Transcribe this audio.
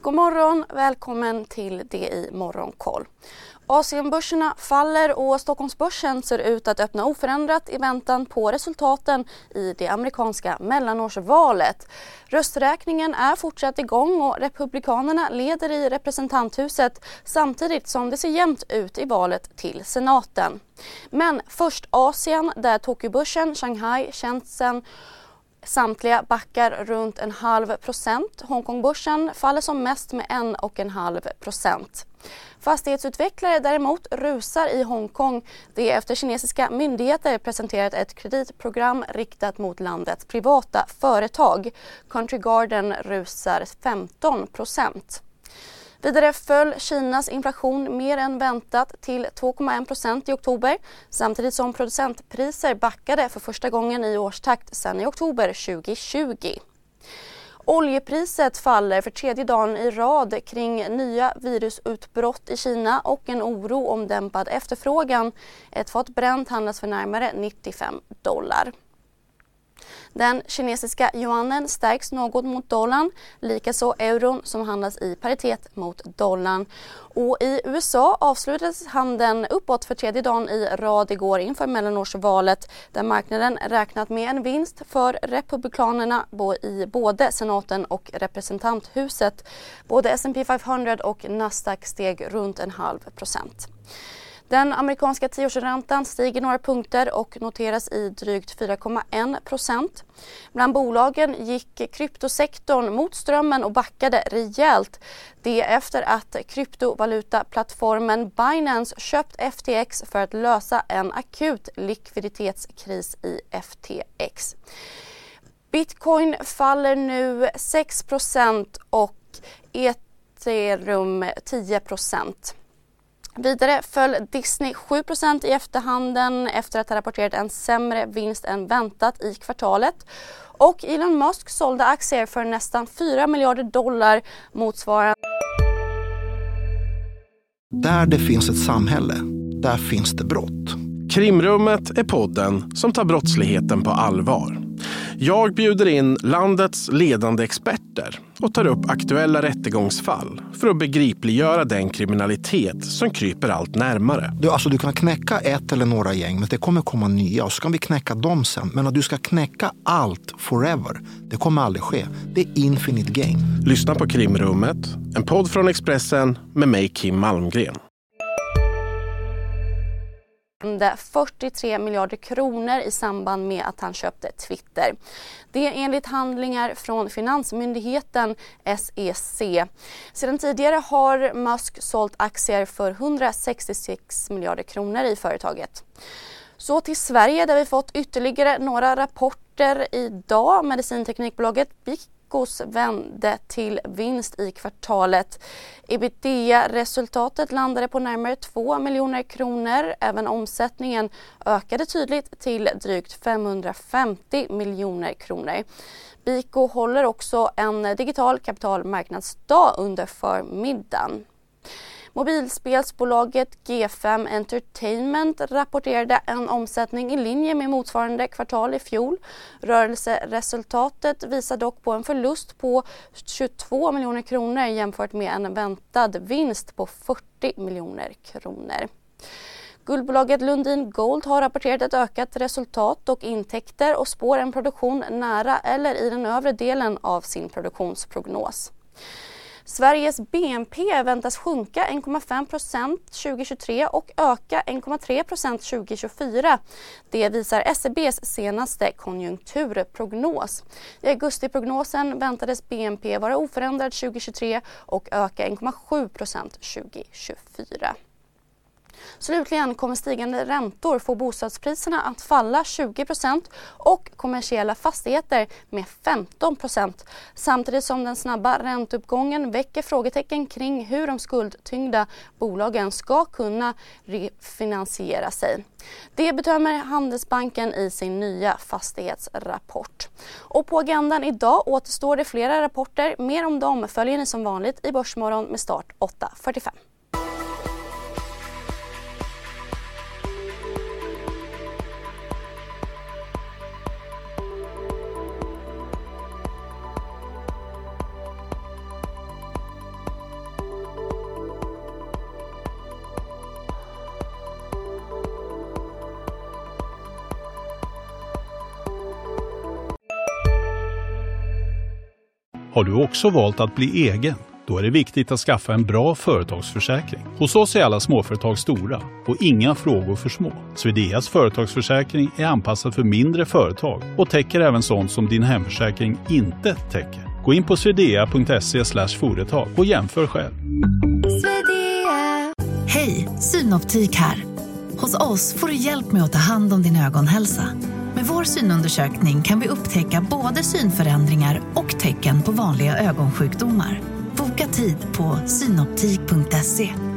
God morgon, välkommen till det i Morgonkoll. Asienbörserna faller och Stockholmsbörsen ser ut att öppna oförändrat i väntan på resultaten i det amerikanska mellanårsvalet. Rösträkningen är fortsatt igång och republikanerna leder i representanthuset samtidigt som det ser jämnt ut i valet till senaten. Men först Asien där Tokyobörsen, Shanghai, Shenzhen samtliga backar runt 0,5%. Hongkongbörsen faller som mest med 1,5%. Fastighetsutvecklare däremot rusar i Hongkong. Det är efter kinesiska myndigheter presenterat ett kreditprogram riktat mot landets privata företag. Country Garden rusar 15%. Vidare föll Kinas inflation mer än väntat till 2,1% i oktober samtidigt som producentpriser backade för första gången i årstakt sedan i oktober 2020. Oljepriset faller för tredje dagen i rad kring nya virusutbrott i Kina och en oro om dämpad efterfrågan. Ett fat Brent handlas för närmare $95. Den kinesiska yuanen stärks något mot dollarn, likaså euron som handlas i paritet mot dollarn. Och i USA avslutades handeln uppåt för tredje dagen i rad igår inför mellanårsvalet där marknaden räknat med en vinst för republikanerna i både senaten och representanthuset. Både S&P 500 och Nasdaq steg runt 0,5%. Den amerikanska 10-årsräntan stiger några punkter och noteras i drygt 4,1%. Bland bolagen gick kryptosektorn mot strömmen och backade rejält. Det efter att kryptovalutaplattformen Binance köpt FTX för att lösa en akut likviditetskris i FTX. Bitcoin faller nu 6% och Ethereum 10%. Vidare föll Disney 7% i efterhanden efter att ha rapporterat en sämre vinst än väntat i kvartalet. Och Elon Musk sålde aktier för nästan $4 miljarder motsvarande. Där det finns ett samhälle, där finns det brott. Krimrummet är podden som tar brottsligheten på allvar. Jag bjuder in landets ledande experter och tar upp aktuella rättegångsfall för att begripliggöra den kriminalitet som kryper allt närmare. Du kan knäcka ett eller några gäng, men det kommer komma nya och så kan vi knäcka dem sen. Men att du ska knäcka allt forever, det kommer aldrig ske. Det är infinite gain. Lyssna på Krimrummet, en podd från Expressen med mig Kim Malmgren. 43 miljarder kronor i samband med att han köpte Twitter. Det är enligt handlingar från finansmyndigheten SEC. Sedan tidigare har Musk sålt aktier för 166 miljarder kronor i företaget. Så till Sverige där vi fått ytterligare några rapporter idag. Medicinteknikbolaget Bicos vände till vinst i kvartalet. EBITDA-resultatet landade på närmare 2 miljoner kronor. Även omsättningen ökade tydligt till drygt 550 miljoner kronor. Bico håller också en digital kapitalmarknadsdag under förmiddagen. Mobilspelsbolaget G5 Entertainment rapporterade en omsättning i linje med motsvarande kvartal i fjol. Rörelseresultatet visar dock på en förlust på 22 miljoner kronor jämfört med en väntad vinst på 40 miljoner kronor. Guldbolaget Lundin Gold har rapporterat ett ökat resultat och intäkter och spår en produktion nära eller i den övre delen av sin produktionsprognos. Sveriges BNP väntas sjunka 1,5% 2023 och öka 1,3% 2024. Det visar SCBs senaste konjunkturprognos. I augustiprognosen väntades BNP vara oförändrad 2023 och öka 1,7% 2024. Slutligen kommer stigande räntor få bostadspriserna att falla 20% och kommersiella fastigheter med 15%. Samtidigt som den snabba ränteuppgången väcker frågetecken kring hur de skuldtyngda bolagen ska kunna refinansiera sig. Det bedömer Handelsbanken i sin nya fastighetsrapport. Och på agendan idag återstår det flera rapporter. Mer om dem följer ni som vanligt i Börsmorgon med start 8:45. Har du också valt att bli egen? Då är det viktigt att skaffa en bra företagsförsäkring. Hos oss är alla småföretag stora och inga frågor för små. Swedeas företagsförsäkring är anpassad för mindre företag och täcker även sånt som din hemförsäkring inte täcker. Gå in på swedea.se/företag och jämför själv. Hej, Synoptik här. Hos oss får du hjälp med att ta hand om din ögonhälsa. Med vår synundersökning kan vi upptäcka både synförändringar och tecken på vanliga ögonsjukdomar. Boka tid på synoptik.se.